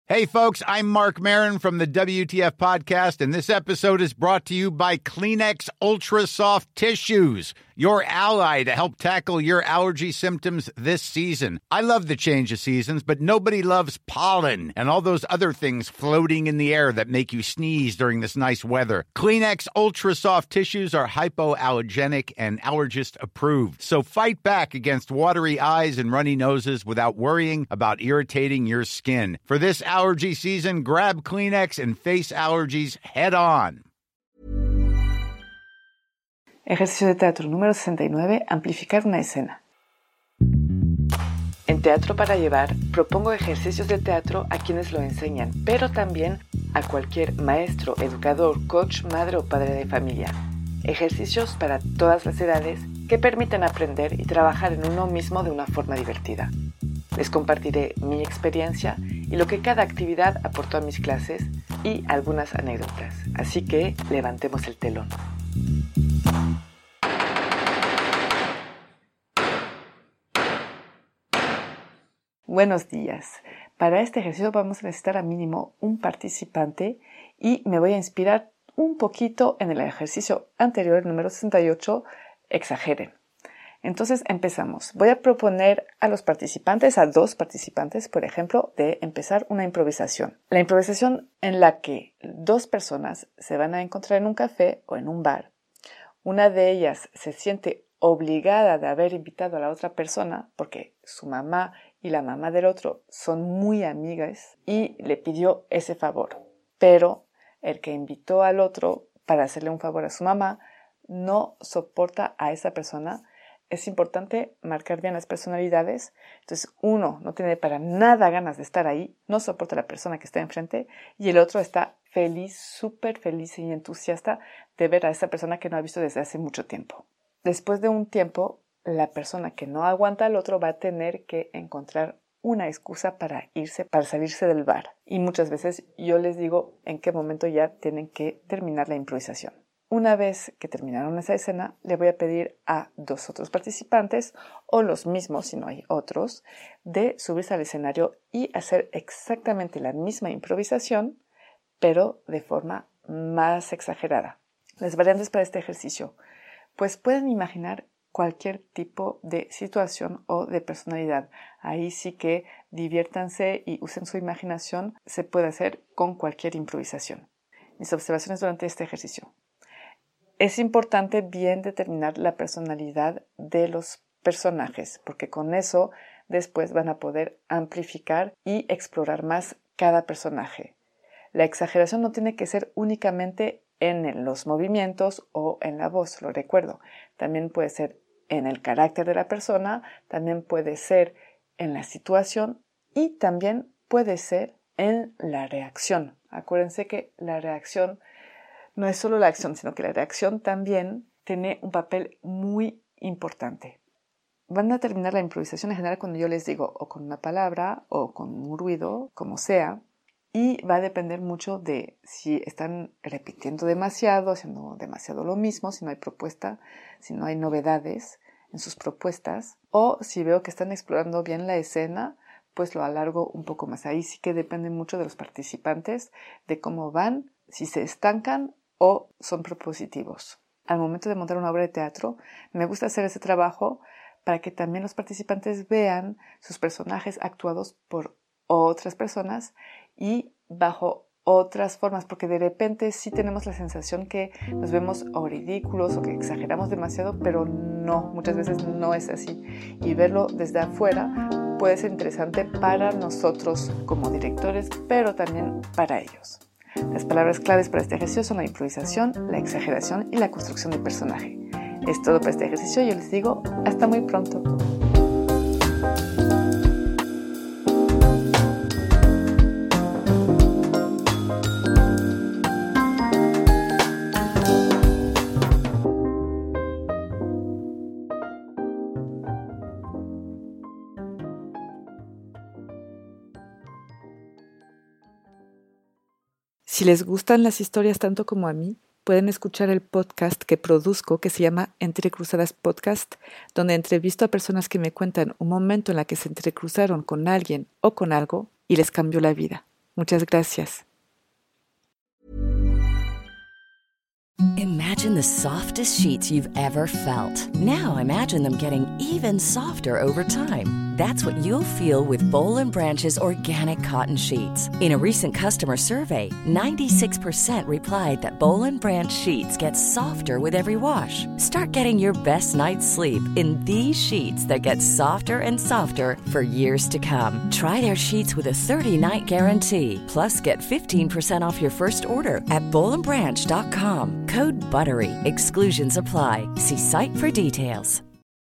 Hey, folks, I'm Mark Maron from the WTF Podcast, and this episode is brought to you by Kleenex Ultra Soft Tissues, your ally to help tackle your allergy symptoms this season. I love the change of seasons, but nobody loves pollen and all those other things floating in the air that make you sneeze during this nice weather. Kleenex Ultra Soft Tissues are hypoallergenic and allergist approved, so fight back against watery eyes and runny noses without worrying about irritating your skin. For this allergy season, grab Kleenex and face allergies head on. Ejercicio de teatro número 69. Amplificar una escena. En Teatro para Llevar, propongo ejercicios de teatro a quienes lo enseñan, pero también a cualquier maestro, educador, coach, madre o padre de familia. Ejercicios para todas las edades que permiten aprender y trabajar en uno mismo de una forma divertida. Les compartiré mi experiencia y lo que cada actividad aportó a mis clases y algunas anécdotas. Así que levantemos el telón. Buenos días. Para este ejercicio vamos a necesitar a mínimo un participante y me voy a inspirar un poquito en el ejercicio anterior, el número 68, exageren. Entonces empezamos. Voy a proponer a los participantes, a 2 participantes, por ejemplo, de empezar una improvisación. La improvisación en la que 2 personas se van a encontrar en un café o en un bar. Una de ellas se siente obligada de haber invitado a la otra persona porque su mamá y la mamá del otro son muy amigas y le pidió ese favor. Pero el que invitó al otro para hacerle un favor a su mamá no soporta a esa persona. Es importante marcar bien las personalidades. Entonces, uno no tiene para nada ganas de estar ahí, no soporta a la persona que está enfrente, y el otro está feliz, súper feliz y entusiasta de ver a esa persona que no ha visto desde hace mucho tiempo. Después de un tiempo, la persona que no aguanta al otro va a tener que encontrar una excusa para irse, para salirse del bar. Y muchas veces yo les digo en qué momento ya tienen que terminar la improvisación. Una vez que terminaron esa escena, le voy a pedir a 2 otros participantes, o los mismos si no hay otros, de subirse al escenario y hacer exactamente la misma improvisación, pero de forma más exagerada. Las variantes para este ejercicio, pues pueden imaginar cualquier tipo de situación o de personalidad. Ahí sí que diviértanse y usen su imaginación. Se puede hacer con cualquier improvisación. Mis observaciones durante este ejercicio. Es importante bien determinar la personalidad de los personajes, porque con eso después van a poder amplificar y explorar más cada personaje. La exageración no tiene que ser únicamente en los movimientos o en la voz, lo recuerdo. También puede ser en el carácter de la persona, también puede ser en la situación y también puede ser en la reacción. Acuérdense que la reacción no es solo la acción, sino que la reacción también tiene un papel muy importante. Van a terminar la improvisación en general cuando yo les digo o con una palabra o con un ruido, como sea, y va a depender mucho de si están repitiendo demasiado, haciendo demasiado lo mismo, si no hay propuesta, si no hay novedades en sus propuestas, o si veo que están explorando bien la escena, pues lo alargo un poco más. Ahí sí que depende mucho de los participantes, de cómo van, si se estancan o son propositivos. Al momento de montar una obra de teatro, me gusta hacer ese trabajo para que también los participantes vean sus personajes actuados por otras personas y bajo otras formas, porque de repente sí tenemos la sensación que nos vemos o ridículos o que exageramos demasiado, pero no, muchas veces no es así. Y verlo desde afuera puede ser interesante para nosotros como directores, pero también para ellos. Las palabras claves para este ejercicio son la improvisación, la exageración y la construcción de personaje. Es todo para este ejercicio. Yo les digo hasta muy pronto. Si les gustan las historias tanto como a mí, pueden escuchar el podcast que produzco que se llama Entrecruzadas Podcast, donde entrevisto a personas que me cuentan un momento en la que se entrecruzaron con alguien o con algo y les cambió la vida. Muchas gracias. Imagine the softest sheets you've ever felt. Now imagine them getting even softer over time. That's what you'll feel with Boll & Branch's organic cotton sheets. In a recent customer survey, 96% replied that Boll & Branch sheets get softer with every wash. Start getting your best night's sleep in these sheets that get softer and softer for years to come. Try their sheets with a 30-night guarantee. Plus, get 15% off your first order at bollandbranch.com. Code BUTTERY. Exclusions apply. See site for details.